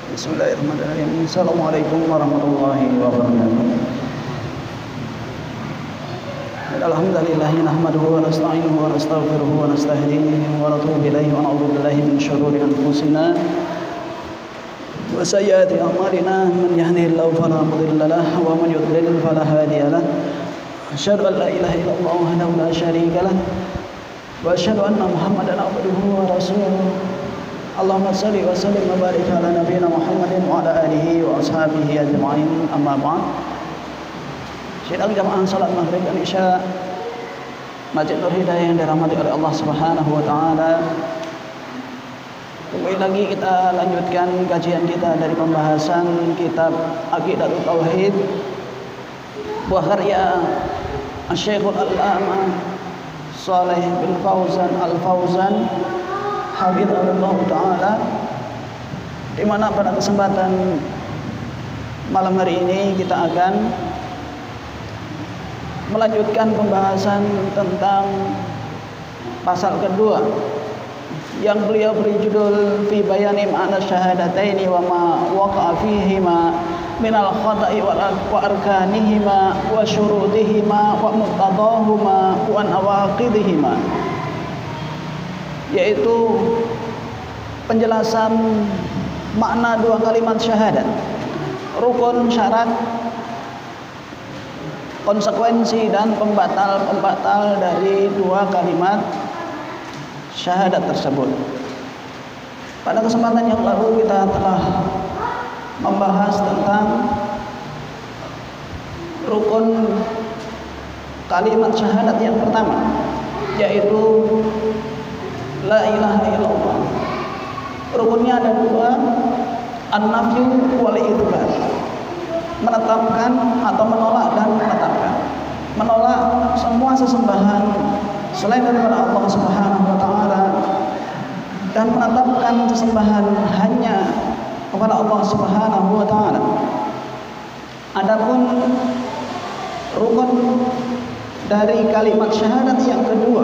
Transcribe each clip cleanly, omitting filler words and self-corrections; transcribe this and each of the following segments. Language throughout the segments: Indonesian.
Bismillahirrahmanirrahim. Assalamualaikum warahmatullahi wabarakatuh. Alhamdulillah nahmaduhu wa nasta'inuhu wa nastaghfiruhu wa nastahdihi wa natubu ilaihi wa na'udzu billahi min shururi anfusina wa sayyiati a'malina man yahdihillahu fala mudilla lahu wa man yudlil fala hadiya lahu. Asyhadu an la ilaha illallah wahdahu la syarika lahu wa asyhadu anna Muhammadan abduhu wa rasuluh. Allahumma shalli wa sallim wa barik ala nabiyyina Muhammadin wa ala alihi wa ashabihi ajma'in. Amma ba'd. Sidang jamaah salat maghrib dan isya Masjid Nur Hidayah yang dirahmati oleh Allah Subhanahu wa taala. Kembali lagi kita lanjutkan kajian kita dari pembahasan kitab Aqidatul Tauhid buah karya Syekhul Allamah Shalih bin Fauzan Al-Fauzan hafizahullah taala, di mana pada kesempatan malam hari ini kita akan melanjutkan pembahasan tentang pasal kedua yang beliau beri judul fi bayani ma'na syahadataini wa ma waqa'a fihima minal khata'i wa arkanihima wa syurutihima wa muqtadahuma wa nawaqidihima, yaitu penjelasan makna dua kalimat syahadat, rukun, syarat, konsekuensi dan pembatal-pembatal dari dua kalimat syahadat tersebut. Pada kesempatan yang lalu kita telah membahas tentang rukun kalimat syahadat yang pertama, yaitu la ilaha illallah. Rukunnya ada dua, an-nafyu wal itsbat, menetapkan atau menolak dan menetapkan. Menolak semua sesembahan selain daripada Allah Subhanahu wa taala dan menetapkan sesembahan hanya kepada Allah Subhanahu wa taala. Adapun rukun dari kalimat syahadat yang kedua,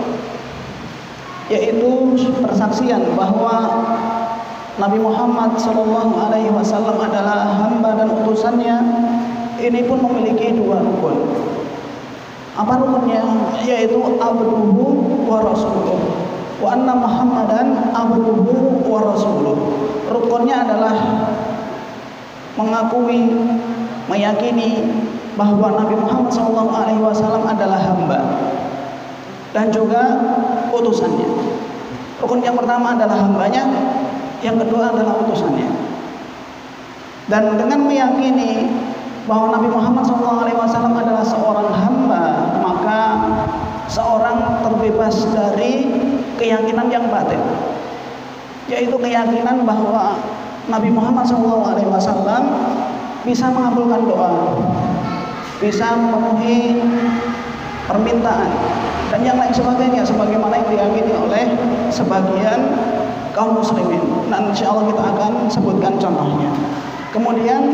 yaitu persaksian bahwa Nabi Muhammad SAW adalah hamba dan utusannya. Ini pun memiliki dua rukun. Apa rukunnya? Yaitu abduhu wa rasuluh, wa anna Muhammadan abduhu wa rasuluh. Rukunnya adalah mengakui, meyakini bahwa Nabi Muhammad SAW adalah hamba dan juga utusannya. Rukun yang pertama adalah hambanya, yang kedua adalah utusannya. Dan dengan meyakini bahwa Nabi Muhammad SAW adalah seorang hamba, maka seorang terbebas dari keyakinan yang batil, yaitu keyakinan bahwa Nabi Muhammad SAW bisa mengabulkan doa, bisa memenuhi permintaan dan yang lain sebagainya, sebagaimana yang diyakini oleh sebagian kaum muslimin. Dan insya Allah kita akan sebutkan contohnya. Kemudian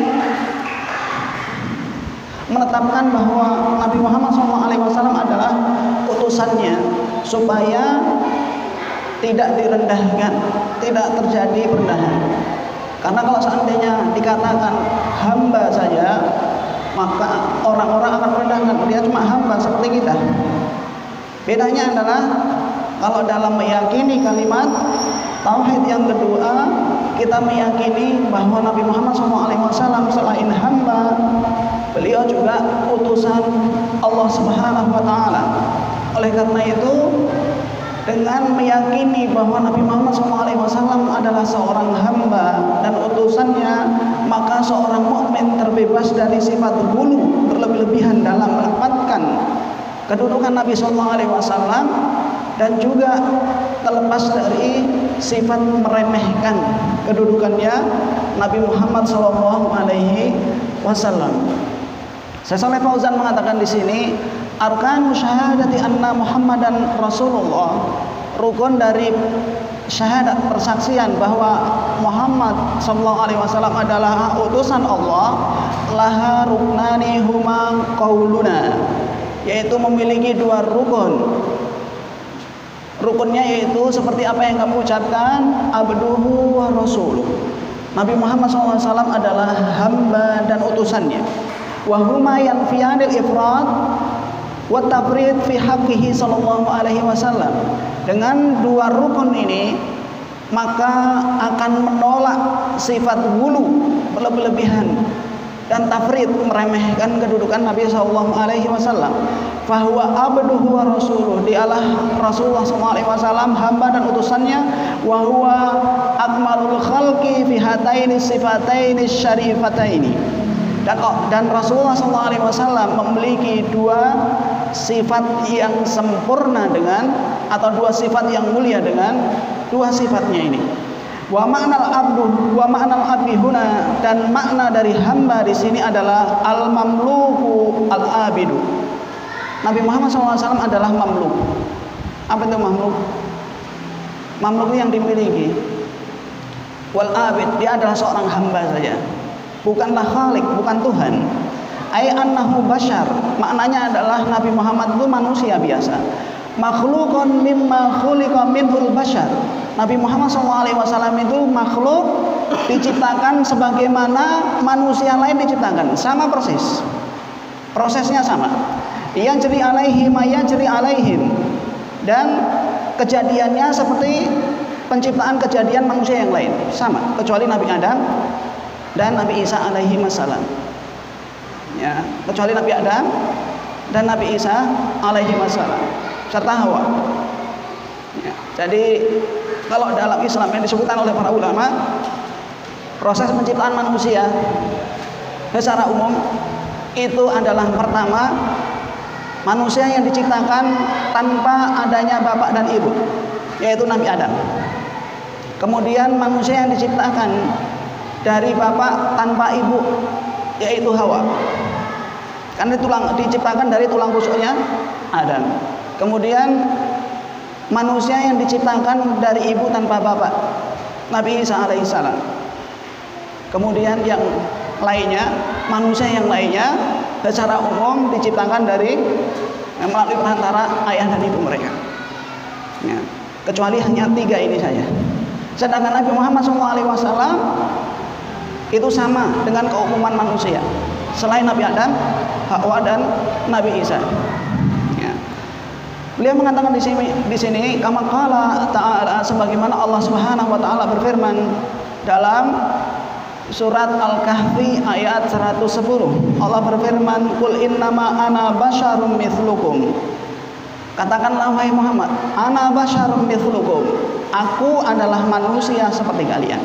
menetapkan bahwa Nabi Muhammad SAW adalah utusannya, supaya tidak direndahkan, tidak terjadi perendahan. Karena kalau seandainya dikatakan hamba saja, maka orang-orang akan merendahkan, dia cuma hamba seperti kita. Bedanya adalah kalau dalam meyakini kalimat tauhid yang kedua, kita meyakini bahwa Nabi Muhammad SAW selain hamba, beliau juga utusan Allah Subhanahu wa taala. Oleh karena itu, dengan meyakini bahwa Nabi Muhammad SAW adalah seorang hamba dan utusannya, maka seorang mukmin terbebas dari sifat ghulu, berlebih-lebihan dalam mendapatkan kedudukan Nabi SAW, dan juga terlepas dari sifat meremehkan kedudukannya Nabi Muhammad SAW. Shalih Fauzan mengatakan di sini, arkan syahadati anna Muhammadan Rasulullah, rukun dari syahadat, persaksian bahwa Muhammad SAW adalah utusan Allah, laha ruknani huma qauluna, yaitu memiliki dua rukun. Rukunnya yaitu seperti apa yang kamu ucapkan, abduhu wa rasuluh. Nabi Muhammad SAW adalah hamba dan utusannya. Wa huma yanfiyanil ifrad wa tafrid fi haqqihi sallallahu alaihi wasallam. Dengan dua rukun ini maka akan menolak sifat ghulu, berlebihan, dan tafrid, meremehkan kedudukan Nabi sallallahu alaihi wasallam. Fahuwa abduhu wa rasuluh, dialah Rasulullah sallallahu alaihi wasallam, hamba dan utusannya. Wa huwa akmalul khalqi fi hataini sifataini syarifataini. Dan Rasulullah sallallahu alaihi wasallam memiliki dua sifat yang sempurna dengan, atau dua sifat yang mulia dengan dua sifatnya ini. Wa ma'nal abdu wa ma'nal abdi huna, dan makna dari hamba di sini adalah al mamluku al abidu. Nabi Muhammad SAW adalah mamluk. Apa itu mamluk? Mamluk yang dimiliki. Wal abid, dia adalah seorang hamba saja, bukanlah khalik, bukan Tuhan. Ai annahu bashar, maknanya adalah Nabi Muhammad itu manusia biasa. Makhlukun mimma khuliqa minhul bashar. Nabi Muhammad SAW itu makhluk, diciptakan sebagaimana manusia lain diciptakan, sama persis. Prosesnya sama. Yajri alaihim yajri alaihim. Dan kejadiannya seperti penciptaan kejadian manusia yang lain, sama, kecuali Nabi Adam dan Nabi Isa alaihi wassalam. Ya, kecuali Nabi Adam dan Nabi Isa alaihi wassalam serta Hawa. Ya, jadi kalau dalam Islam yang disebutkan oleh para ulama, proses penciptaan manusia secara umum itu adalah pertama, manusia yang diciptakan tanpa adanya bapak dan ibu, yaitu Nabi Adam. Kemudian manusia yang diciptakan dari bapak tanpa ibu, yaitu Hawa. Karena diciptakan dari tulang rusuknya Adam. Kemudian manusia yang diciptakan dari ibu tanpa bapak, Nabi Isa alaihissalam. Kemudian yang lainnya, manusia yang lainnya secara umum diciptakan dari melalui perantara ayah dan ibu mereka. Ya, kecuali hanya tiga ini saja. Sedangkan Nabi Muhammad SAW itu sama dengan keumuman manusia, selain Nabi Adam, Hawa dan Nabi Isa. Ya. Beliau mengatakan di sini kama qala ta'ala, sebagaimana Allah Subhanahu wa taala berfirman dalam surat Al-Kahfi ayat 110. Allah berfirman, "Qul innama ana basyarum mithlukum." Katakanlah wahai Muhammad, ana basyarum mithlukum. Aku adalah manusia seperti kalian.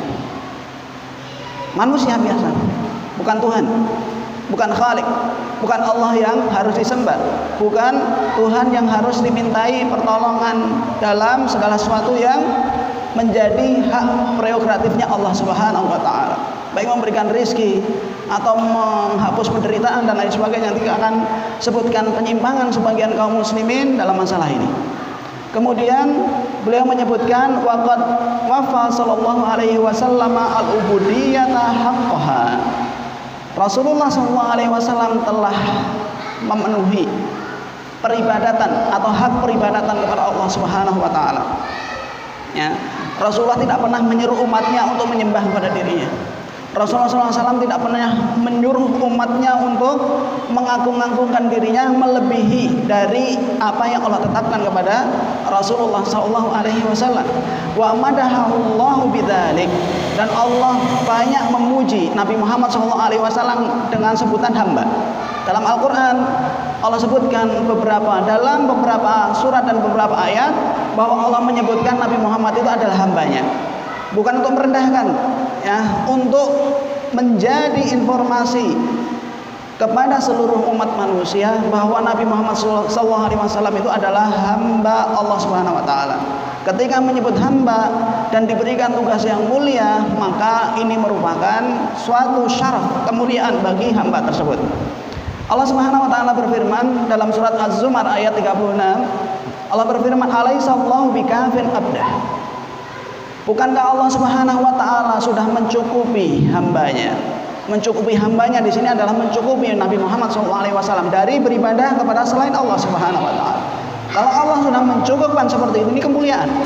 Manusia biasa, bukan Tuhan, bukan Khalik, bukan Allah yang harus disembah, bukan Tuhan yang harus dimintai pertolongan dalam segala sesuatu yang menjadi hak prerogatifnya Allah Subhanahu wa taala. Baik memberikan rezeki atau menghapus penderitaan dan lain sebagainya. Nanti akan sebutkan penyimpangan sebagian kaum muslimin dalam masalah ini. Kemudian beliau menyebutkan waqad wafa sallallahu alaihi wasallam al-ubudiyyata haqqaha. Rasulullah sallallahu alaihi wasallam telah memenuhi peribadatan atau hak peribadatan kepada Allah Subhanahu wa taala. Ya, Rasulullah tidak pernah menyuruh umatnya untuk menyembah kepada dirinya. Rasulullah SAW tidak pernah menyuruh umatnya untuk mengagung-agungkan dirinya melebihi dari apa yang Allah tetapkan kepada Rasulullah SAW. Wa madahahullahu bidzalik, dan Allah banyak memuji Nabi Muhammad SAW dengan sebutan hamba. Dalam Al-Quran Allah sebutkan dalam beberapa surat dan beberapa ayat bahwa Allah menyebutkan Nabi Muhammad itu adalah hambanya. Bukan untuk merendahkan, ya, untuk menjadi informasi kepada seluruh umat manusia bahwa Nabi Muhammad SAW itu adalah hamba Allah Subhanahu wa taala. Ketika menyebut hamba dan diberikan tugas yang mulia, maka ini merupakan suatu syaraf, kemuliaan bagi hamba tersebut. Allah Subhanahu wa taala berfirman dalam surat Az-Zumar ayat 36. Allah berfirman, "Alaihissallahu bikafin abdah." Bukankah Allah Subhanahu wa taala sudah mencukupi hambanya? Mencukupi hambanya di sini adalah mencukupi Nabi Muhammad SAW dari beribadah kepada selain Allah Subhanahu wa taala. Kalau Allah sudah mencukupkan seperti ini kemuliaan.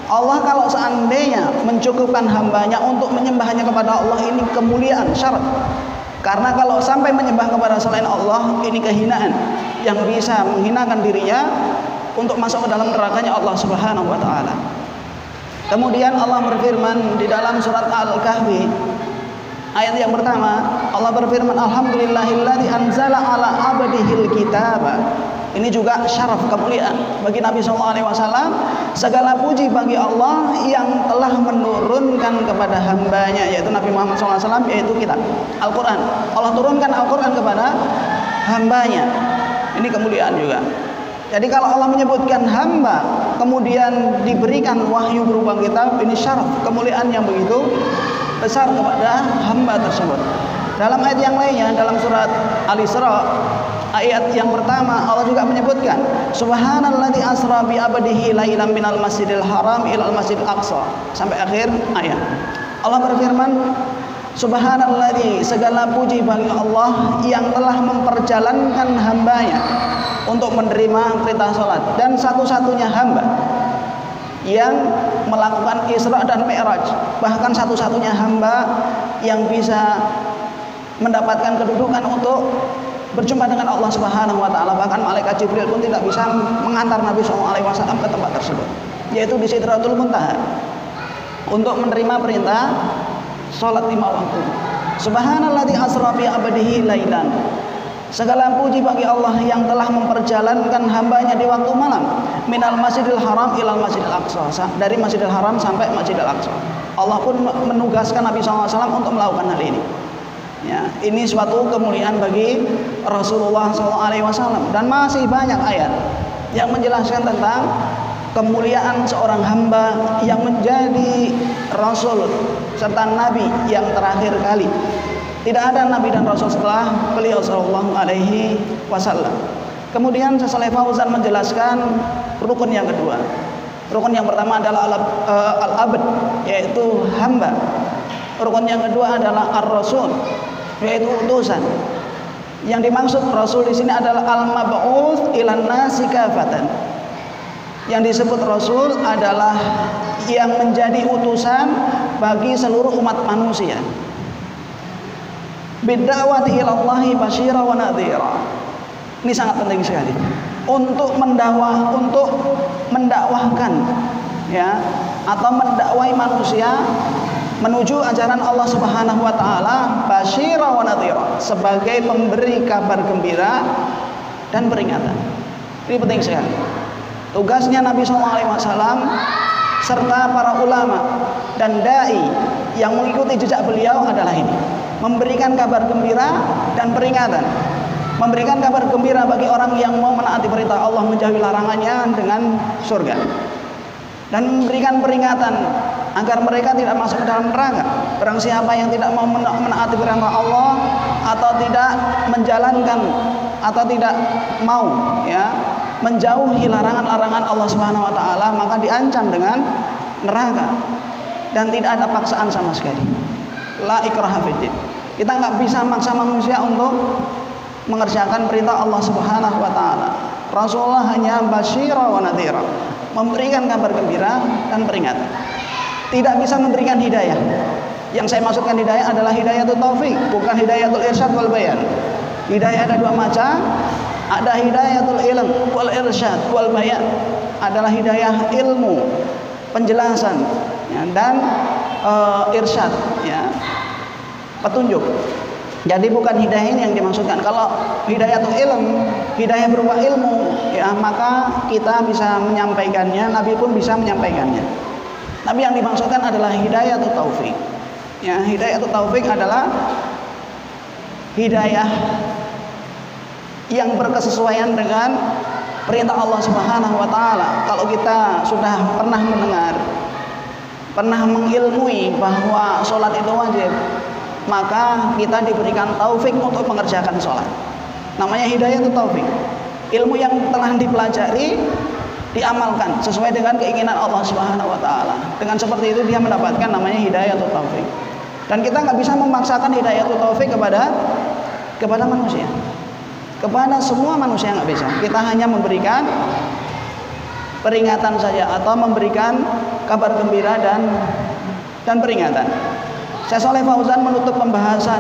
Allah kalau seandainya mencukupkan hambanya untuk menyembahnya kepada Allah, ini kemuliaan syarat. Karena kalau sampai menyembah kepada selain Allah, ini kehinaan yang bisa menghinakan dirinya untuk masuk ke dalam nerakanya Allah Subhanahu wa taala. Kemudian Allah berfirman di dalam surat Al-Kahfi ayat yang pertama, Allah berfirman, alhamdulillahilladzi anzala ala abdihil kitaba. Ini juga syaraf kemuliaan bagi Nabi SAW. Segala puji bagi Allah yang telah menurunkan kepada hambanya, yaitu Nabi Muhammad SAW, yaitu kitab Al-Quran. Allah turunkan Al-Quran kepada hambanya. Ini kemuliaan juga. Jadi kalau Allah menyebutkan hamba kemudian diberikan wahyu berupa kitab, ini syaraf kemuliaan yang begitu besar kepada hamba tersebut. Dalam ayat yang lainnya, dalam surat Al-Isra ayat yang pertama, Allah juga menyebutkan subhanalladzi asra bi abdihi lailan minal masjidil haram ilal masjidil aqsa, sampai akhir ayat. Allah berfirman, subhanalladzi, segala puji bagi Allah yang telah memperjalankan hambanya untuk menerima perintah salat, dan satu-satunya hamba yang melakukan Isra dan Mi'raj, bahkan satu-satunya hamba yang bisa mendapatkan kedudukan untuk berjumpa dengan Allah Subhanahu wa taala. Bahkan malaikat Jibril pun tidak bisa mengantar Nabi SAW ke tempat tersebut, yaitu di Sidratul Muntaha, untuk menerima perintah salat 5 waktu. Subhanalladzi asra bi abdihi lailan. Segala puji bagi Allah yang telah memperjalankan hambanya di waktu malam, minal masjidil haram ilal masjidil aqsa, dari masjidil haram sampai masjidil aqsa. Allah pun menugaskan Nabi SAW untuk melakukan hal ini. Ya, ini suatu kemuliaan bagi Rasulullah SAW. Dan masih banyak ayat yang menjelaskan tentang kemuliaan seorang hamba yang menjadi Rasul serta Nabi yang terakhir kali. Tidak ada Nabi dan Rasul setelah beliau Sallallahu Alaihi Wasallam. Kemudian Syekh Fauzan menjelaskan rukun yang kedua. Rukun yang pertama adalah al-abd, yaitu hamba. Rukun yang kedua adalah ar-rasul, yaitu utusan. Yang dimaksud Rasul di sini adalah al-mab'uts ilan nasi kafatan. Yang disebut Rasul adalah yang menjadi utusan bagi seluruh umat manusia. Bidda'wati ilallahi basyira wa nadhira. Ini sangat penting sekali untuk mendakwahkan, ya, atau mendakwai manusia menuju ajaran Allah Subhanahu wa taala, basyira wa nadhira, sebagai pemberi kabar gembira dan peringatan. Ini penting sekali. Tugasnya Nabi SAW serta para ulama dan dai yang mengikuti jejak beliau adalah ini: memberikan kabar gembira dan peringatan. Memberikan kabar gembira bagi orang yang mau menaati perintah Allah, menjauhi larangannya dengan surga, dan memberikan peringatan agar mereka tidak masuk ke dalam neraka. Barang siapa yang tidak mau menaati perintah Allah atau tidak menjalankan atau tidak mau, ya, menjauhi larangan-larangan Allah Subhanahu wa taala, maka diancam dengan neraka dan tidak ada paksaan sama sekali. La ikraha fiddin. Kita nggak bisa maksa manusia untuk mengerjakan perintah Allah Subhanahu wa taala. Rasulullah hanya basyira wa nadhira, memberikan kabar gembira dan peringatan. Tidak bisa memberikan hidayah. Yang saya maksudkan hidayah adalah hidayatul taufik, bukan hidayatul irsyad wal bayan. Hidayah ada dua macam, ada hidayatul ilm wal irsyad wal bayan, adalah hidayah ilmu, penjelasan, ya, dan irsyad, ya, petunjuk. Jadi bukan hidayah ini yang dimaksudkan. Kalau hidayatul ilm, hidayah berupa ilmu, ya, maka kita bisa menyampaikannya, Nabi pun bisa menyampaikannya. Tapi yang dimaksudkan adalah hidayatul taufik. Ya, hidayatul taufik adalah hidayah yang berkesesuaian dengan perintah Allah Subhanahu wa taala. Kalau kita sudah pernah mendengar, pernah mengilmui bahwa sholat itu wajib, maka kita diberikan taufik untuk mengerjakan sholat. Namanya hidayatul taufik. Ilmu yang telah dipelajari diamalkan sesuai dengan keinginan Allah Subhanahu wa taala. Dengan seperti itu dia mendapatkan namanya hidayatul taufik. Dan kita nggak bisa memaksakan hidayatul taufik kepada manusia. Kepada semua manusia nggak bisa. Kita hanya memberikan peringatan saja atau memberikan kabar gembira dan peringatan. Syekh Shalih Fauzan menutup pembahasan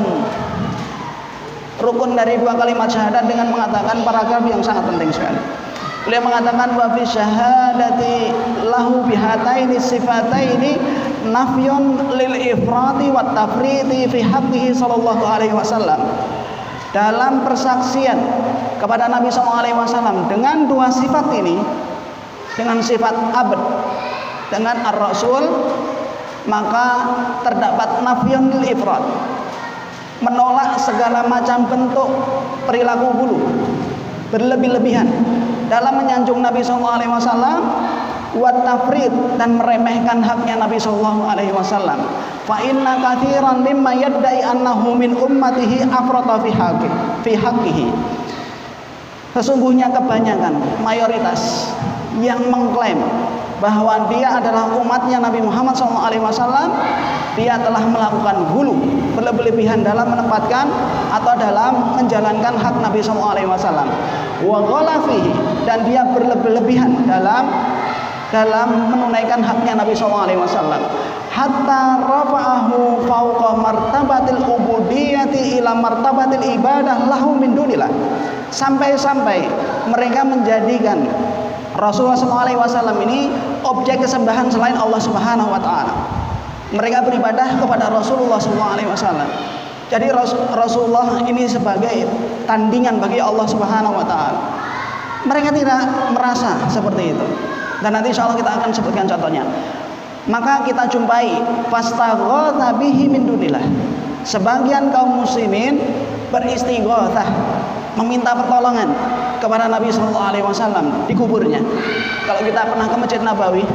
rukun dari dua kalimat syahadat dengan mengatakan paragraf yang sangat penting sekali. Beliau mengatakan wa fi syahadati lahu bihataini sifataini nafyun lil ifrati wat tafriti fi haqqihi sallallahu alaihi wasallam. Dalam persaksian kepada Nabi sallallahu alaihi wasallam dengan dua sifat ini, dengan sifat abd dengan ar-rasul, maka terdapat nafyun lil ifrat, menolak segala macam bentuk perilaku hulu berlebih-lebihan dalam menyanjung Nabi sallallahu alaihi wasallam, wa tafrid, dan meremehkan haknya Nabi sallallahu alaihi wasallam. Fa inna katsiran mimma yadda'i annahu min ummatihi afrata fi haqqihi. Sesungguhnya kebanyakan, mayoritas yang mengklaim bahwa dia adalah umatnya Nabi Muhammad SAW, dia telah melakukan hulu berlebihan dalam menempatkan atau dalam menjalankan hak Nabi SAW. Wa ghala fihi, dan dia berlebihan dalam menunaikan haknya Nabi SAW. Hatta rafa'ahu fauqa martabatil ubudiyyati ila martabatil ibadah lahu min dunillah. Sampai-sampai mereka menjadikan Rasulullah SAW ini objek kesembahan selain Allah Subhanahu wa taala. Mereka beribadah kepada Rasulullah SAW. Jadi Rasulullah ini sebagai tandingan bagi Allah Subhanahu wa taala. Mereka tidak merasa seperti itu. Dan nanti insyaallah kita akan sebutkan contohnya. Maka kita jumpai fastaghatha bihi min dunillah. Sebagian kaum muslimin beristighatsah, meminta pertolongan kepada Nabi sallallahu alaihi wasallam di kuburnya. Kalau kita pernah ke Masjid Nabawi,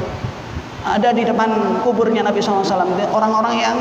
ada di depan kuburnya Nabi sallallahu alaihi wasallam orang-orang yang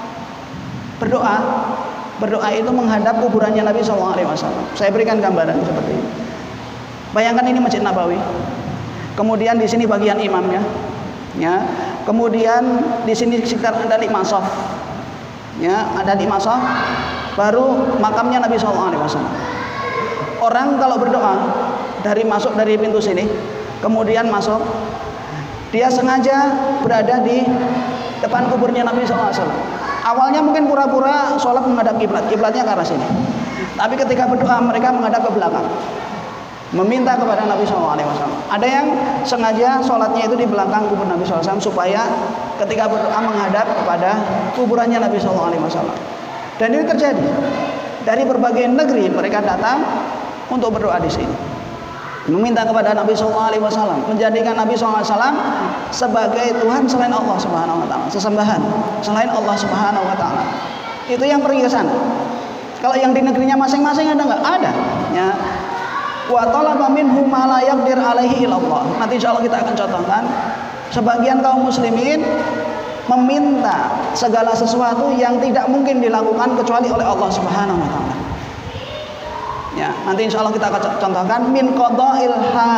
berdoa itu menghadap kuburannya Nabi sallallahu alaihi wasallam. Saya berikan gambaran seperti ini. Bayangkan ini Masjid Nabawi. Kemudian di sini bagian imamnya, ya. Kemudian di sini sekitar ada 5 shaf. Ya, ada 5 shaf. Baru makamnya Nabi sallallahu alaihi wasallam. Orang kalau berdoa masuk dari pintu sini, kemudian masuk, dia sengaja berada di depan kuburnya Nabi sallallahu alaihi wasallam. Awalnya mungkin pura-pura sholat menghadap kiblat, kiblatnya ke arah sini. Tapi ketika berdoa mereka menghadap ke belakang, meminta kepada Nabi sallallahu alaihi wasallam. Ada yang sengaja sholatnya itu di belakang kubur Nabi sallallahu alaihi wasallam supaya ketika berdoa menghadap kepada kuburannya Nabi sallallahu alaihi wasallam. Dan ini terjadi dari berbagai negeri, mereka datang untuk berdoa di sini, meminta kepada Nabi sallallahu alaihi wasallam, menjadikan Nabi sallallahu alaihi wasallam sebagai Tuhan selain Allah Subhanahu wa taala, sesembahan selain Allah Subhanahu wa taala. Itu yang pergi ke sana. Kalau yang di negerinya masing-masing ada enggak? Ada, ya. Wa talaba minhu ma la yaqdir alaihi illallah. Nanti insyaallah kita akan contohkan sebagian kaum muslimin meminta segala sesuatu yang tidak mungkin dilakukan kecuali oleh Allah Subhanahu wa taala. Ya, nanti insyaallah kita akan contohkan min qada'il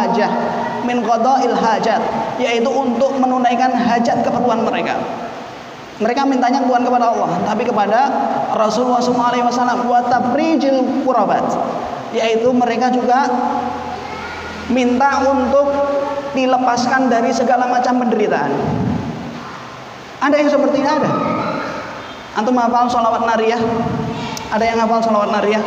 hajat, yaitu untuk menunaikan hajat keperluan mereka. Mereka mintanya bukan kepada Allah, tapi kepada Rasulullah SAW. Wa tafrijil qurabat, yaitu mereka juga minta untuk dilepaskan dari segala macam penderitaan. Ada yang seperti ini, ada. Antum hafal sholawat nariyah? Ada yang hafal sholawat nariyah?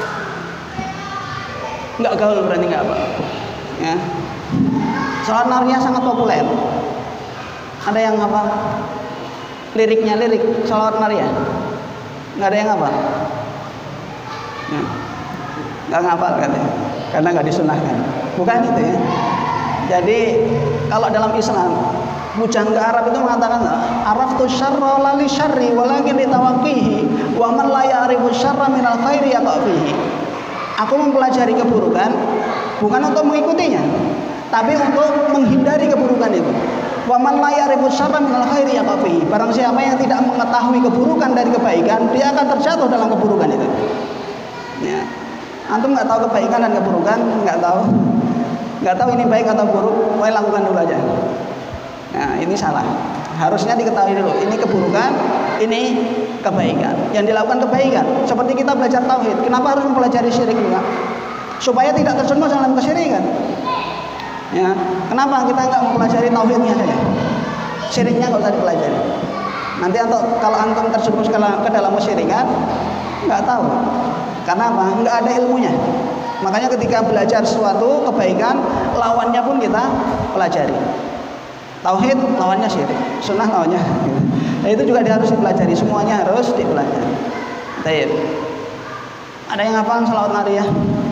Enggak gaul berarti enggak apa. Ya. Sholawat nariyah sangat populer. Ada yang hafal liriknya, lirik sholawat nariyah? Enggak ada yang hafal. Ya. Enggak ngapal katanya, karena enggak disunahkan. Bukan itu ya. Jadi kalau dalam Islam Bujangga Arab itu mengatakan araftu syarra la li syarri walakin litawaqqihi wa man la ya'rifu syarra minal khairi yaqfihi. Aku mempelajari keburukan bukan untuk mengikutinya, tapi untuk menghindari keburukan itu. Wa man la ya'rifu syarra minal khairi yaqfihi. Barang siapa yang tidak mengetahui keburukan dari kebaikan, dia akan terjatuh dalam keburukan itu. Ya. Antum enggak tahu kebaikan dan keburukan, enggak tahu ini baik atau buruk, boleh lakukan dulu aja. Nah, ini salah. Harusnya diketahui dulu, ini keburukan, ini kebaikan. Yang dilakukan kebaikan, seperti kita belajar tauhid. Kenapa harus mempelajari syirik juga? Supaya tidak terjerumus dalam kesyirikan. Ya, kenapa kita nggak mempelajari tauhidnya saja? Syiriknya nggak usah dipelajari. Nanti atau kalau antum terjerumus ke dalam kesyirikan, nggak tahu. Karena apa? Nggak ada ilmunya. Makanya ketika belajar suatu kebaikan, lawannya pun kita pelajari. Tauhid lawannya syirik, sunnah lawannya. Nah, itu juga harus dipelajari. Semuanya harus dipelajari. Baik. Ada yang hafal sholawat nariyah?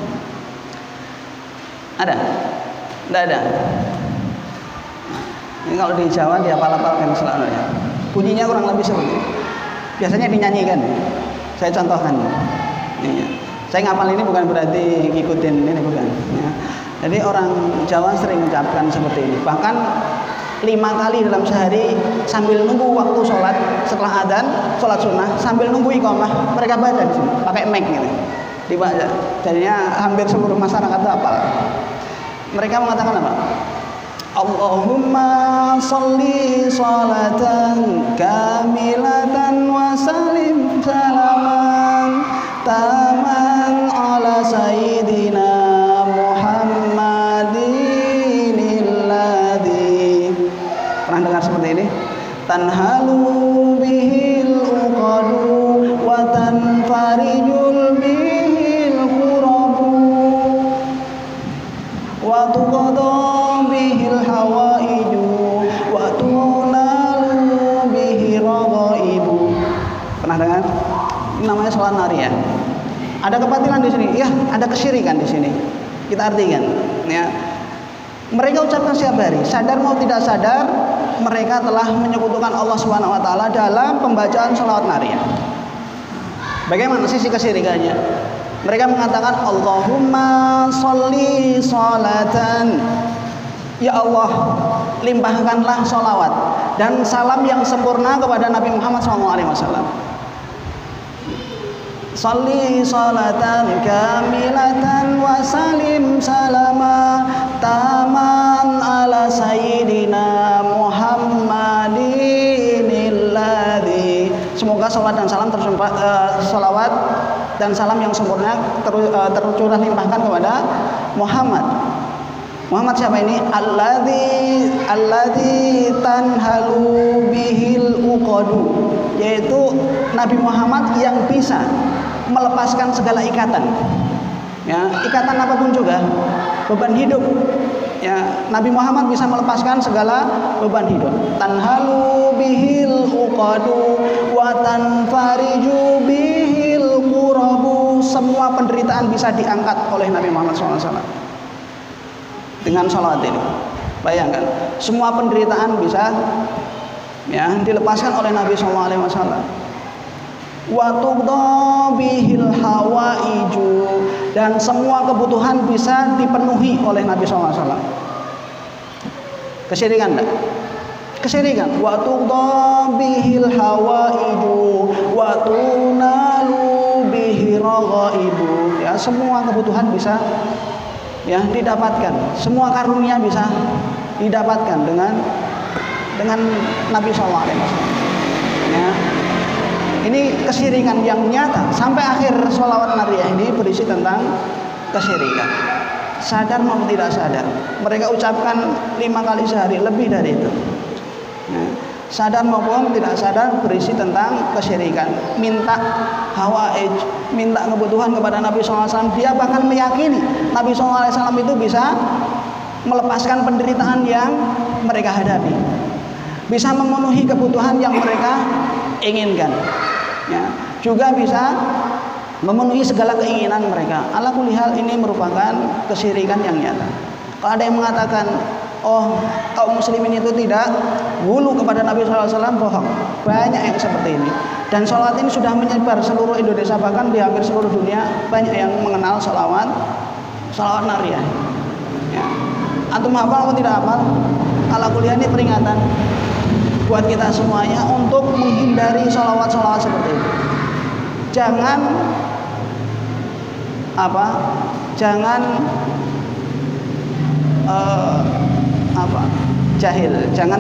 Ada? Tidak ada. Ini kalau di Jawa dihafal-hafalkan sholawat nariyah. Bunyinya kurang lebih seperti ini. Biasanya dinyanyikan. Saya contohkan. Ini. Saya ngapal ini bukan berarti ngikutin ini, bukan. Ya. Jadi orang Jawa sering mengucapkan seperti ini. Bahkan 5 kali dalam sehari sambil nunggu waktu sholat setelah adzan, sholat sunnah, sambil nunggu iqamah, mereka baca di sini pakai mic gitu, dibaca. Jadinya hampir seluruh masyarakat itu hafal. Mereka mengatakan apa? Allahumma sholli sholatan kamilatan wa salim salaman taman ala sayyidina Muhammadin alladzi. Pernah dengar seperti ini? Tanhalu bihil uqadu wa tanfarijul bihil qurabu wa tuqadu bihil hawaiju wa tunalu bihi raghaibu. Pernah dengar? Ini namanya sholat nariyah. Ada kebatilan di sini, ya, ada kesyirikan di sini. Kita artikan, ya. Mereka ucapkan setiap hari, sadar mau tidak sadar, mereka telah menyekutukan Allah Subhanahu wa taala dalam pembacaan sholawat nariyah. Bagaimana sisi kesyirikannya? Mereka mengatakan Allahumma sholli sholatan. Ya Allah, limpahkanlah sholawat dan salam yang sempurna kepada Nabi Muhammad SAW. Sholli sholatan kamilatan wa salim salama taman ala sayyidina Muhammadin alladzi. Semoga salawat dan salam salawat dan salam yang sempurna tercurah limpahkan kepada Muhammad. Muhammad siapa ini? Alladzi tanhalu bihil uqadu, yaitu Nabi Muhammad yang bisa melepaskan segala ikatan. Ya, ikatan apapun juga, beban hidup. Ya, Nabi Muhammad bisa melepaskan segala beban hidup. Tanhalu bihil uqadu wa tanfariju bihil qurabu. Semua penderitaan bisa diangkat oleh Nabi Muhammad SAW dengan sholawat ini. Bayangkan, semua penderitaan bisa, ya, dilepaskan oleh Nabi SAW. Wa tuqda bihil hawaiju, dan semua kebutuhan bisa dipenuhi oleh Nabi SAW. Kesyirikan enggak? Kesyirikan. Wa tuqda bihil hawaiju wa tunalu bihi raghaibu. Ya, semua kebutuhan bisa, ya, didapatkan. Semua karunia bisa didapatkan dengan Nabi SAW. Ya. Ini kesyirikan yang nyata. Sampai akhir sholawat nariyah ini berisi tentang kesyirikan. Sadar maupun tidak sadar, mereka ucapkan 5 kali sehari, lebih dari itu. Ya. Sadar maupun tidak sadar berisi tentang kesyirikan. Minta hawaij, minta kebutuhan kepada Nabi SAW. Dia bahkan meyakini Nabi SAW itu bisa melepaskan penderitaan yang mereka hadapi, bisa memenuhi kebutuhan yang mereka inginkan, ya, juga bisa memenuhi segala keinginan mereka. Ala kulli hal, ini merupakan kesyirikan yang nyata. Kalau ada yang mengatakan, oh, kaum muslimin itu tidak wulu kepada Nabi SAW, bohong. Banyak yang seperti ini. Dan sholawat ini sudah menyebar seluruh Indonesia, bahkan di hampir seluruh dunia banyak yang mengenal sholawat nariyah. Ya. Antum hafal atau tidak hafal? Ala kulli hal, ini peringatan buat kita semuanya untuk menghindari sholawat-sholawat seperti ini. Jangan jahil, jangan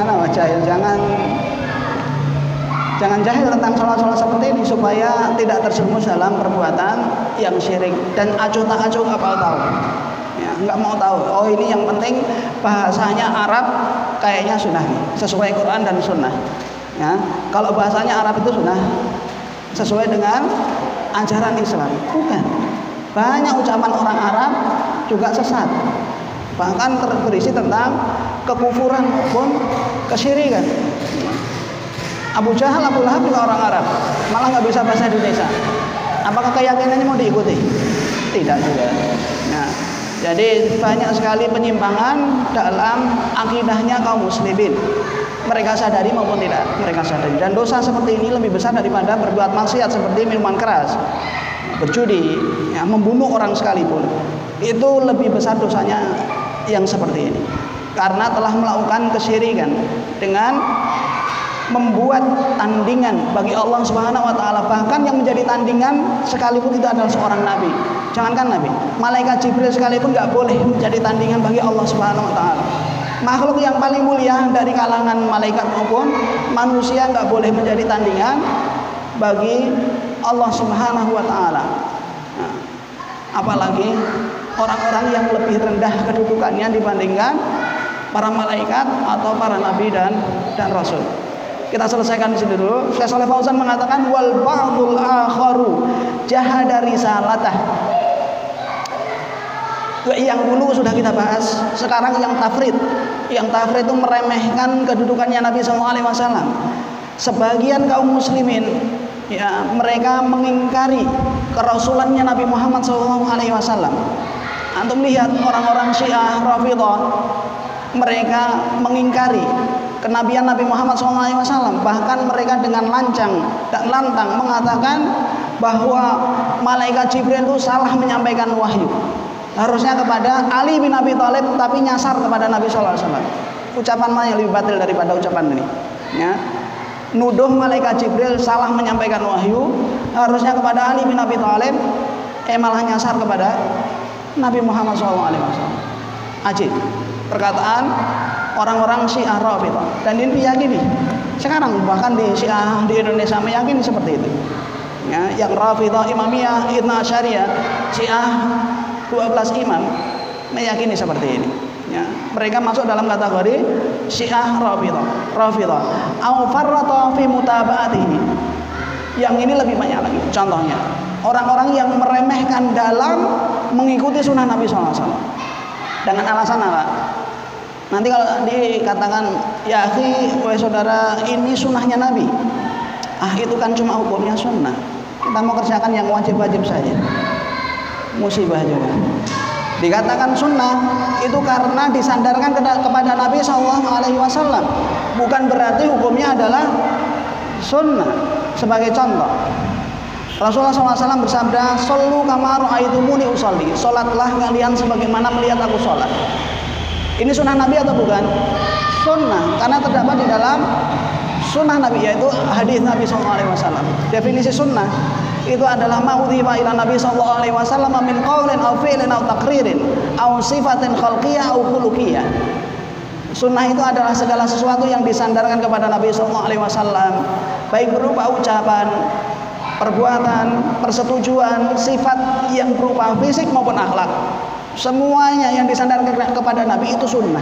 jahil tentang sholat-sholat seperti ini, supaya tidak terjerumus dalam perbuatan yang syirik dan acuh tak acuh kapal tahu. Ya, nggak mau tahu. Oh ini yang penting bahasanya Arab, kayaknya sunnah nih, sesuai Quran dan sunnah. Ya, kalau bahasanya Arab itu sunnah sesuai dengan ajaran Islam. Bukan. Banyak ucapan orang Arab juga sesat. Bahkan berisi tentang kekufuran maupun kesyirikan. Abu Jahal, Abu Lahab juga orang Arab, malah nggak bisa bahasa Indonesia. Apakah keyakinannya mau diikuti? Tidak juga. Nah, jadi banyak sekali penyimpangan dalam akidahnya kaum muslimin. Mereka sadari maupun tidak mereka sadari. Dan dosa seperti ini lebih besar daripada berbuat maksiat seperti minuman keras, berjudi, ya, membunuh orang sekalipun. Itu lebih besar dosanya yang seperti ini. Karena telah melakukan kesyirikan dengan membuat tandingan bagi Allah Subhanahu wa taala, bahkan yang menjadi tandingan sekalipun itu adalah seorang nabi. Jangankan nabi, malaikat Jibril sekalipun nggak boleh menjadi tandingan bagi Allah Subhanahu wa taala. Makhluk yang paling mulia dari kalangan malaikat maupun manusia nggak boleh menjadi tandingan bagi Allah Subhanahu wa taala. Nah, apalagi orang-orang yang lebih rendah kedudukannya dibandingkan para malaikat atau para nabi dan rasul. Kita selesaikan di sini dulu. Syekh Shalih Fauzan mengatakan wal ba'dul akharu jahada risalatah. Yang dulu sudah kita bahas, sekarang yang tafrid. Yang tafrid itu meremehkan kedudukannya Nabi SAW. Sebagian kaum muslimin, ya, mereka mengingkari kerasulannya Nabi Muhammad SAW. Antum lihat orang-orang Syiah Rafidhah, mereka mengingkari kenabian Nabi Muhammad SAW. Bahkan mereka dengan lancang dan lantang mengatakan bahwa malaikat Jibril itu salah menyampaikan wahyu. Harusnya kepada Ali bin Abi Thalib, tapi nyasar kepada Nabi SAW. Ucapan mana yang lebih batil daripada ucapan ini? Ya. Nuduh malaikat Jibril salah menyampaikan wahyu, harusnya kepada Ali bin Abi Thalib, malah nyasar kepada Nabi Muhammad SAW. Ajib perkataan orang-orang Syiah Rafidhah, dan ini diyakini sekarang, bahkan di Syiah di Indonesia meyakini seperti itu. Ya, yang Rafidhah, Imamiyah, Ithna Asyariyah, Syiah 12 imam meyakini seperti ini. Ya, mereka masuk dalam kategori Syiah Rafidhah. Au farrata fi mutaba'atihi. Yang ini lebih banyak lagi. Contohnya, orang-orang yang meremehkan dalam mengikuti sunnah Nabi SAW. Dengan alasan apa? Nanti kalau dikatakan, ya akhi, wahai saudara, ini sunnahnya Nabi. Ah, itu kan cuma hukumnya sunnah. Kita mau kerjakan yang wajib-wajib saja. Musibah juga. Dikatakan sunnah itu karena disandarkan kepada Nabi SAW. Bukan berarti hukumnya adalah sunnah. Sebagai contoh, Rasulullah SAW bersabda, "Shollu kama ra'aitumuni usolli." Salatlah kalian sebagaimana melihat aku salat. Ini sunnah Nabi atau bukan? Sunnah, karena terdapat di dalam sunnah Nabi, yaitu hadis Nabi SAW. Definisi sunnah itu adalah ma'udhifa ila Nabi SAW min qawlin aw fi'lin aw taqririn aw sifatin khalqiyah aw khuluqiyah. Sunnah itu adalah segala sesuatu yang disandarkan kepada Nabi SAW, baik berupa ucapan, perbuatan, persetujuan, sifat yang berupa fisik maupun akhlak. Semuanya yang disandarkan kepada Nabi itu sunnah.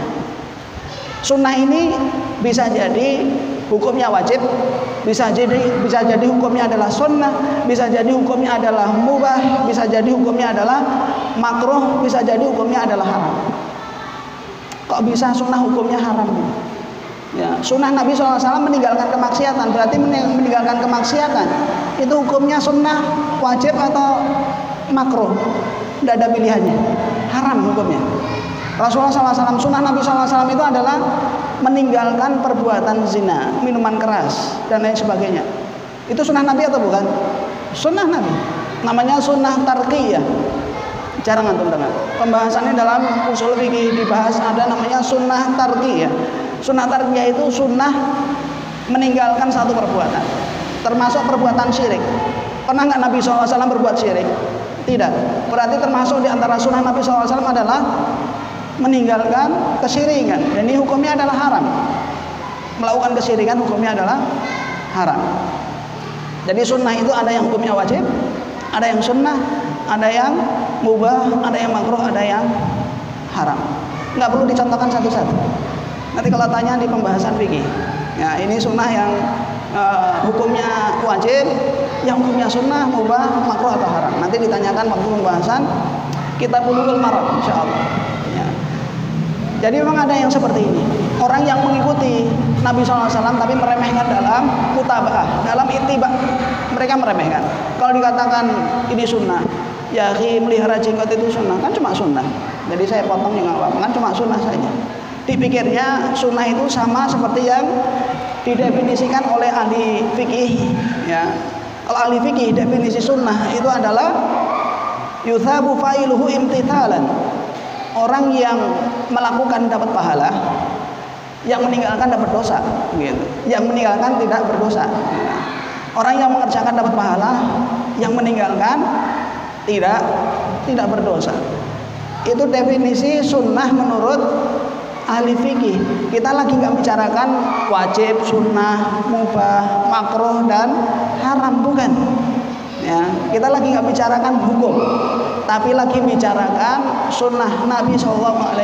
Sunnah ini bisa jadi hukumnya wajib, bisa jadi hukumnya adalah sunnah, bisa jadi hukumnya adalah mubah, bisa jadi hukumnya adalah makruh, bisa jadi hukumnya adalah haram. Kok bisa sunnah hukumnya haram? Ya, sunnah Nabi SAW meninggalkan kemaksiatan, berarti meninggalkan kemaksiatan itu hukumnya sunnah, wajib atau makruh? Tidak ada pilihannya, haram hukumnya. Rasulullah SAW, sunnah Nabi SAW itu adalah meninggalkan perbuatan zina, minuman keras, dan lain sebagainya. Itu sunnah Nabi atau bukan? Sunnah Nabi. Namanya sunnah tarqiyah. Jarang antum dengar. Pembahasannya dalam usul fikih dibahas, ada namanya sunnah tarqiyah. Sunnah tarqiyah itu sunnah meninggalkan satu perbuatan, termasuk perbuatan syirik. Pernah nggak Nabi SAW berbuat syirik? Tidak. Berarti termasuk di antara sunnah Nabi SAW adalah meninggalkan kesyirikan, dan ini hukumnya adalah haram. Melakukan kesyirikan hukumnya adalah haram. Jadi sunnah itu ada yang hukumnya wajib, ada yang sunnah, ada yang mubah, ada yang makruh, ada yang haram. Nggak perlu dicontohkan satu-satu. Nanti kalau tanya di pembahasan fikih, ya ini sunnah yang hukumnya wajib, yang hukumnya sunnah, mubah, makruh atau haram. Nanti ditanyakan waktu pembahasan Kitab Bulughul Maram, insyaallah. Ya. Jadi memang ada yang seperti ini. Orang yang mengikuti Nabi SAW tapi meremehkan dalam mutaba'ah, dalam ittiba. Mereka meremehkan. Kalau dikatakan ini sunnah, ya melihara jenggot itu sunnah, kan cuma sunnah. Jadi saya potong juga nggak apa-apa, kan cuma sunnah saja. Dipikirnya sunnah itu sama seperti yang didefinisikan oleh ahli fikih, ya. Kalau ahli fikih definisi sunnah itu adalah yuthabu fa'iluhu imtithalan. Orang yang melakukan dapat pahala, yang meninggalkan dapat dosa, gitu. Yang meninggalkan tidak berdosa. Orang yang mengerjakan dapat pahala, yang meninggalkan tidak berdosa. Itu definisi sunnah menurut ahli fikih. Kita lagi nggak bicarakan wajib, sunnah, mubah, makruh dan haram, bukan. Ya, kita lagi nggak bicarakan hukum, tapi lagi bicarakan sunnah Nabi SAW.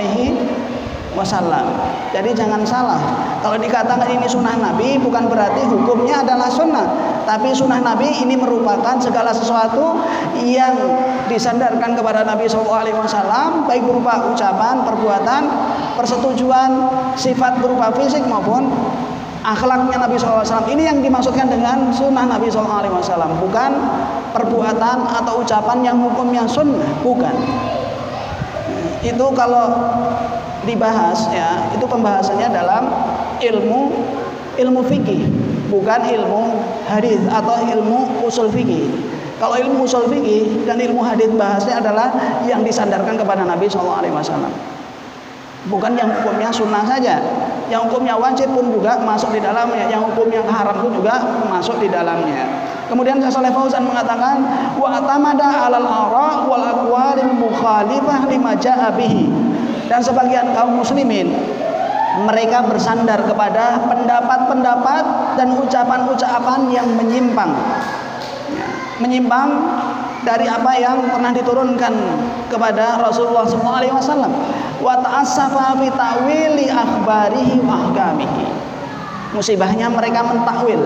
Jadi jangan salah. Kalau dikatakan ini sunnah Nabi, bukan berarti hukumnya adalah sunnah. Tapi sunnah Nabi ini merupakan segala sesuatu yang disandarkan kepada Nabi SAW, baik berupa ucapan, perbuatan, persetujuan, sifat berupa fisik maupun akhlaknya Nabi SAW. Ini yang dimaksudkan dengan sunnah Nabi SAW, bukan perbuatan atau ucapan yang hukumnya sunnah, bukan. Itu kalau dibahas, ya, itu pembahasannya dalam ilmu fikih, bukan ilmu hadis atau ilmu usul fikih. Kalau ilmu usul fikih dan ilmu hadis bahasnya adalah yang disandarkan kepada Nabi SAW, bukan yang hukumnya sunnah saja. Yang hukumnya wajib pun juga masuk di dalamnya, yang hukumnya haram pun juga masuk di dalamnya. Kemudian Syekh Shalih Fauzan mengatakan wa atamada 'alal ara' wal aqwalil mukhalifah lima ja'a bihi. Dan sebagian kaum muslimin mereka bersandar kepada pendapat-pendapat dan ucapan-ucapan yang menyimpang, ya, menyimpang dari apa yang pernah diturunkan kepada Rasulullah SAW. Wa ta'assafa fi ta'wili akhbarihi wa ahkamihi. Musibahnya mereka mentakwil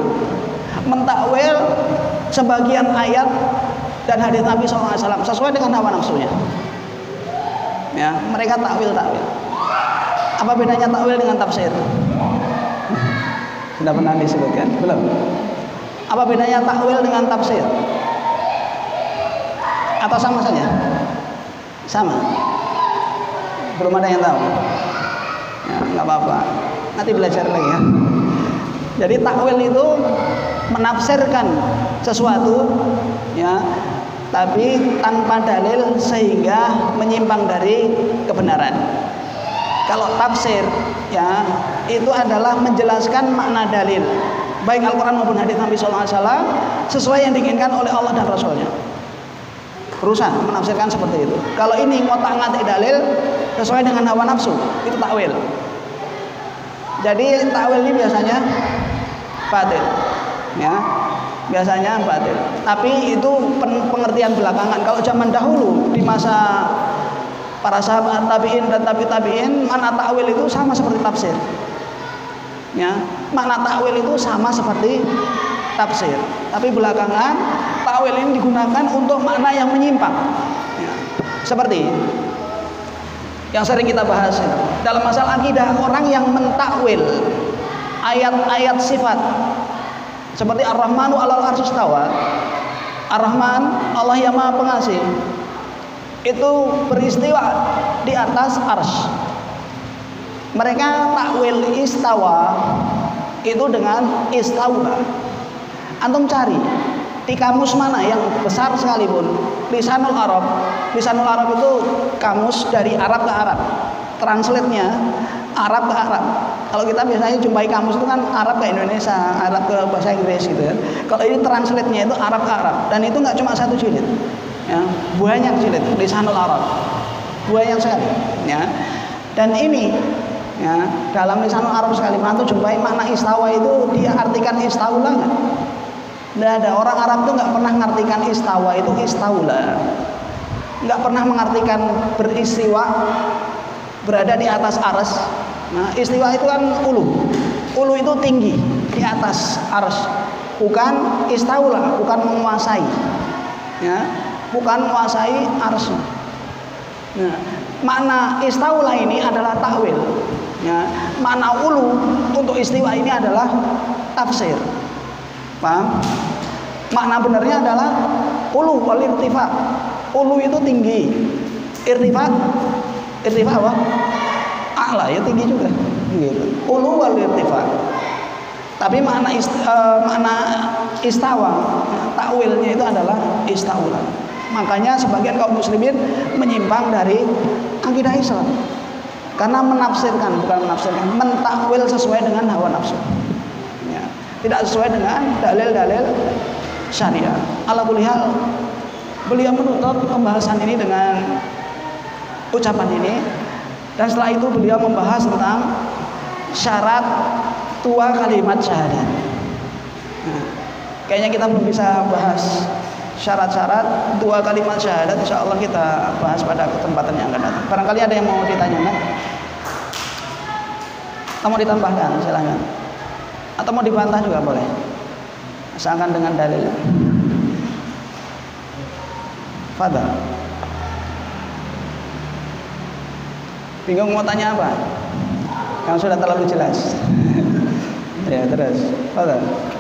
sebagian ayat dan hadis Nabi SAW sesuai dengan hawa nafsunya. Ya, mereka takwil. Apa bedanya takwil dengan tafsir? Sudah pernah disebutkan? Belum? Apa bedanya takwil dengan tafsir? Atau sama saja? Sama. Belum ada yang tahu. Ya, nggak apa-apa. Nanti belajar lagi ya. Jadi takwil itu menafsirkan sesuatu, ya, tapi tanpa dalil sehingga menyimpang dari kebenaran. Kalau tafsir, ya, itu adalah menjelaskan makna dalil, baik Al-Quran maupun hadis Nabi SAW, sesuai yang diinginkan oleh Allah dan Rasulnya. Berusaha menafsirkan seperti itu. Kalau ini ngotak-ngatik dalil sesuai dengan hawa nafsu, itu takwil. Jadi takwil ini biasanya batil, ya, biasanya batil. Tapi itu pengertian belakangan. Kalau zaman dahulu di masa para sahabat tabi'in dan tabi'in, makna takwil itu sama seperti tafsir. Ya, makna takwil itu sama seperti tafsir. Tapi belakangan takwil ini digunakan untuk makna yang menyimpang. Ya, seperti yang sering kita bahas ya, dalam masalah akidah, orang yang mentakwil ayat-ayat sifat seperti Ar-Rahmanu 'alal 'arsy istawa. Ar-Rahman, Allah yang Maha Pengasih, itu beristiwa di atas arsy. Mereka takwil istawa itu dengan istaula. Antum cari di kamus mana yang besar sekalipun, Lisanul Arab. Lisanul Arab itu kamus dari Arab ke Arab. Translate-nya Arab ke Arab. Kalau kita biasanya jumpai kamus itu kan Arab ke Indonesia, Arab ke bahasa Inggris gitu ya. Kalau ini translate-nya itu Arab ke Arab, dan itu nggak cuma satu jilid. Ya, banyak jilid Lisanul Arab. Banyak sekali, ya. Dan ini, ya, dalam Lisanul Arab sekali antum jumpai makna istawa itu dia artikan istaula nggak? Nggak ada. Orang Arab tuh nggak pernah mengartikan istawa itu istaula. Nggak pernah mengartikan beristiwa berada di atas arsy. Nah, istiwa itu kan ulu. Ulu itu tinggi di atas arsy. Bukan istaula, bukan menguasai. Ya, bukan menguasai arsy. Nah, makna istaula ini adalah takwil. Ya, makna ulu untuk istiwa ini adalah tafsir. Paham? Makna benarnya adalah ulu wal irtifa. Ulu itu tinggi. Irtifa apa? A'la, ya tinggi juga. Gitu. Ulu wal irtifa. Tapi makna istawa, takwilnya itu adalah istaula. Makanya sebagian kaum muslimin menyimpang dari akidah Islam karena menafsirkan, bukan menafsirkan, mentakwil sesuai dengan hawa nafsu. Ya, tidak sesuai dengan dalil-dalil syariah. Ala kulli hal, beliau menutup pembahasan ini dengan ucapan ini, dan setelah itu beliau membahas tentang syarat dua kalimat syahadat. Nah, kayaknya kita belum bisa bahas syarat-syarat dua kalimat syahadat. Insya Allah kita bahas pada kesempatan yang akan datang. Barangkali ada yang mau ditanyakan atau mau ditambahkan, silahkan. Atau mau dibantah juga boleh, asalkan dengan dalil. Fadhal. Bingung mau tanya apa? Yang sudah terlalu jelas. Ya, terus. Fadhal.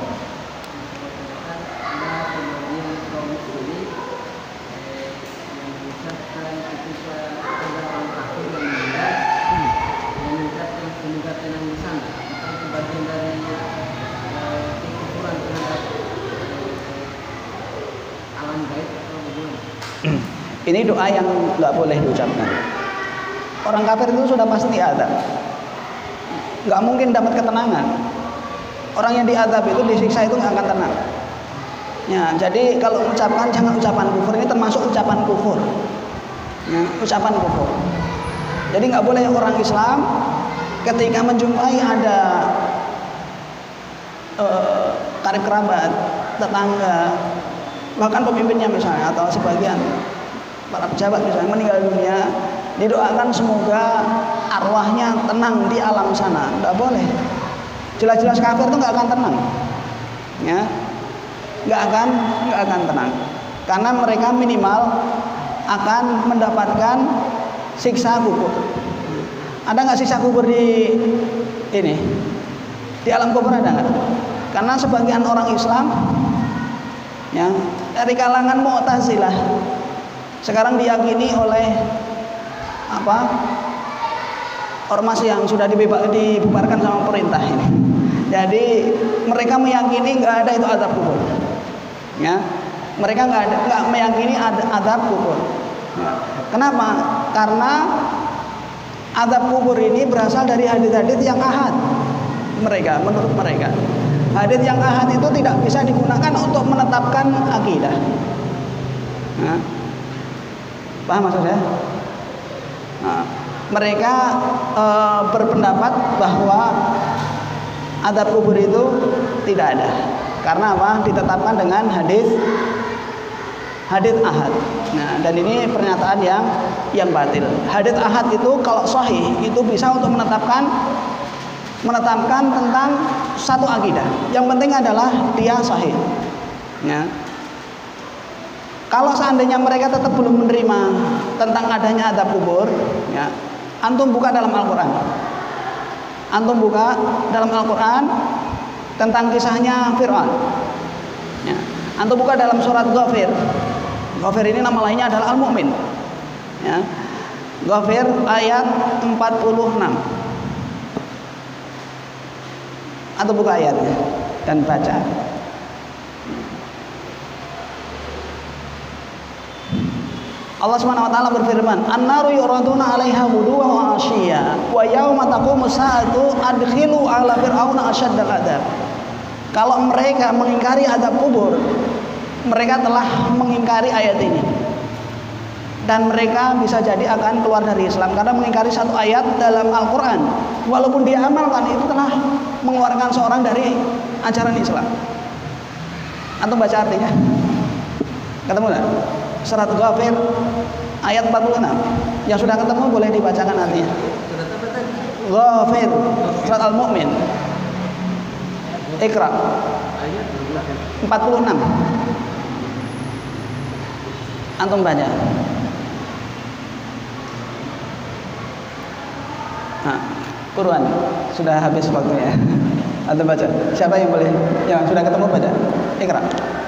Ini doa yang nggak boleh diucapkan. Orang kafir itu sudah pasti azab, nggak mungkin dapat ketenangan. Orang yang diazab itu disiksa itu nggak akan tenang. Ya, jadi kalau ucapkan jangan ucapan kufur. Ini termasuk ucapan kufur. Ya, ucapan kufur. Jadi nggak boleh orang Islam ketika menjumpai ada karib kerabat, tetangga, bahkan pemimpinnya misalnya atau sebagian para pejabat misalnya meninggal dunia, didoakan semoga arwahnya tenang di alam sana. Nggak boleh. Jelas-jelas kafir itu nggak akan tenang. Ya, nggak akan tenang. Karena mereka minimal akan mendapatkan siksa kubur. Ada nggak siksa kubur di ini? Di alam kubur ada nggak? Karena sebagian orang Islam, ya, dari kalangan Mu'tazilah, sekarang diyakini oleh ormas yang sudah dibubarkan sama pemerintah ini. Jadi mereka meyakini nggak ada itu azab kubur. Ya, mereka nggak meyakini ada azab kubur. Ya. Kenapa? Karena azab kubur ini berasal dari hadits-hadits yang ahad. Menurut mereka, hadits yang ahad itu tidak bisa digunakan untuk menetapkan akidah. Nah, paham maksud saya? Nah, mereka berpendapat bahwa azab kubur itu tidak ada. Karena apa? Ditetapkan dengan hadits ahad. Nah, dan ini pernyataan yang batil. Hadits ahad itu kalau sahih itu bisa untuk menetapkan tentang satu akidah. Yang penting adalah dia sahih. Ya. Kalau seandainya mereka tetap belum menerima tentang adanya azab kubur, ya, antum buka dalam Al-Quran. Antum buka dalam Al-Quran tentang kisahnya Fir'aun. Ya. Antum buka dalam surat Ghafir. Ghafir ini nama lainnya adalah Al-Mu'min. Ya. Ghafir ayat 46. Antum buka ayatnya dan baca. Allah Subhanahu wa taala berfirman, "An-naru yuraduna 'alaiha ghuduwan wa 'ashiyya, wa yauma taqumu sa'atu adkhilu 'ala fir'auna asyaddal 'adzab." Kalau mereka mengingkari azab kubur, mereka telah mengingkari ayat ini. Dan mereka bisa jadi akan keluar dari Islam karena mengingkari satu ayat dalam Al-Qur'an. Walaupun dia amalkan, itu telah mengeluarkan seorang dari ajaran Islam. Antum baca artinya? Ketemu enggak? Surat Ghafir ayat 46. Yang sudah ketemu boleh dibacakan artinya. Ghafir, surat Al-Mu'min. Iqra. 46. Antum baca. Nah, Quran sudah habis waktunya. Antum baca. Siapa yang boleh? Yang sudah ketemu baca. Iqra.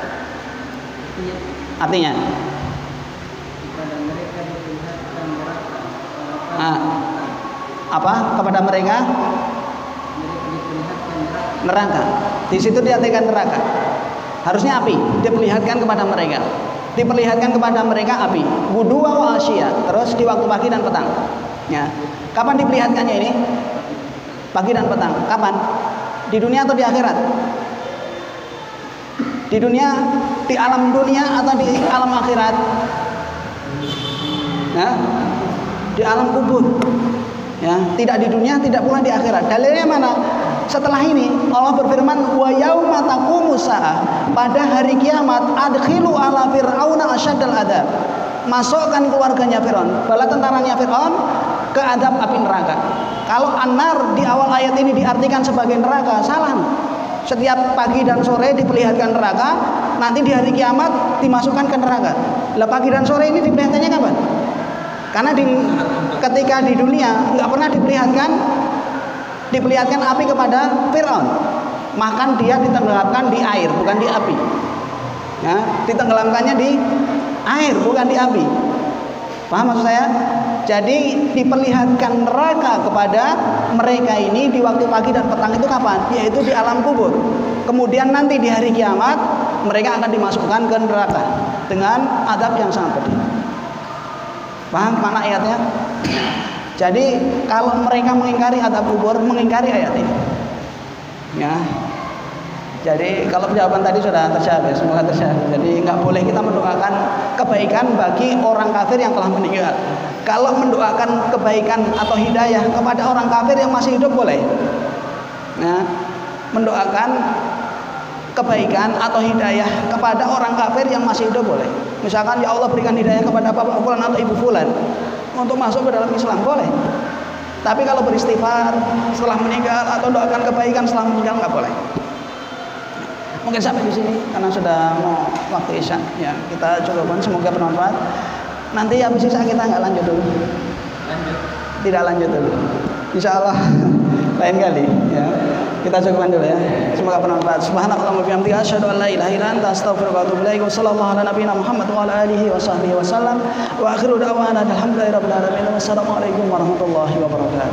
Artinya. Nah, apa kepada mereka? Neraka. Di situ diartikan neraka. Harusnya api diperlihatkan kepada mereka. Diperlihatkan kepada mereka api. Guduwa wa asya. Terus di waktu pagi dan petang. Ya. Kapan diperlihatkannya ini? Pagi dan petang. Kapan? Di dunia atau di akhirat? Di dunia, di alam dunia atau di alam akhirat? Ya. Di alam kubur. Ya, tidak di dunia, tidak pula di akhirat. Dalilnya mana? Setelah ini Allah berfirman, wa yauma taqumus saah, pada hari kiamat adkhilu ala fir'auna asyaddal adzab. Masukkan keluarganya Firaun, bala tentaranya Firaun ke adab api neraka. Kalau an-nar di awal ayat ini diartikan sebagai neraka, salah. Setiap pagi dan sore diperlihatkan neraka, nanti di hari kiamat dimasukkan ke neraka. Lah pagi dan sore ini diperlihatkannya kapan? Karena ketika di dunia nggak pernah diperlihatkan api kepada Fir'aun. Makan dia ditenggelamkan di air, bukan di api. Ya, ditenggelamkannya di air, bukan di api. Paham maksud saya? Jadi diperlihatkan neraka kepada mereka ini di waktu pagi dan petang itu kapan? Yaitu di alam kubur. Kemudian nanti di hari kiamat mereka akan dimasukkan ke neraka dengan adab yang sangat pedih. Paham mana ayatnya? Jadi kalau mereka mengingkari adab kubur, mengingkari ayat ini. Ya. Jadi kalau jawaban tadi sudah terjawab, semoga terjawab. Jadi nggak boleh kita mendoakan kebaikan bagi orang kafir yang telah meninggal. Kalau mendoakan kebaikan atau hidayah kepada orang kafir yang masih hidup boleh. Nah, mendoakan kebaikan atau hidayah kepada orang kafir yang masih hidup boleh. Misalkan ya Allah berikan hidayah kepada bapak fulan atau ibu fulan untuk masuk ke dalam Islam boleh. Tapi kalau beristighfar setelah meninggal atau doakan kebaikan setelah meninggal nggak boleh. Mungkin sampai di sini karena sudah mau waktu isya. Ya, kita cukupkan, semoga bermanfaat. Nanti habis isya kita nggak lanjut dulu. Tidak lanjut dulu. Insya Allah lain kali. Ya. Kita cukupkan dulu ya. Semoga bermanfaat. Subhanakallahumma wa bihamdika asyhadu an la ilaha illa anta astaghfiruka wa atubu ilaik. Wassallallahu ala nabiyyina Muhammad wa ala alihi wa sahbihi wasallam. Wa akhiru da'wana alhamdulillahi rabbil alamin. Wassalamualaikum warahmatullahi wabarakatuh.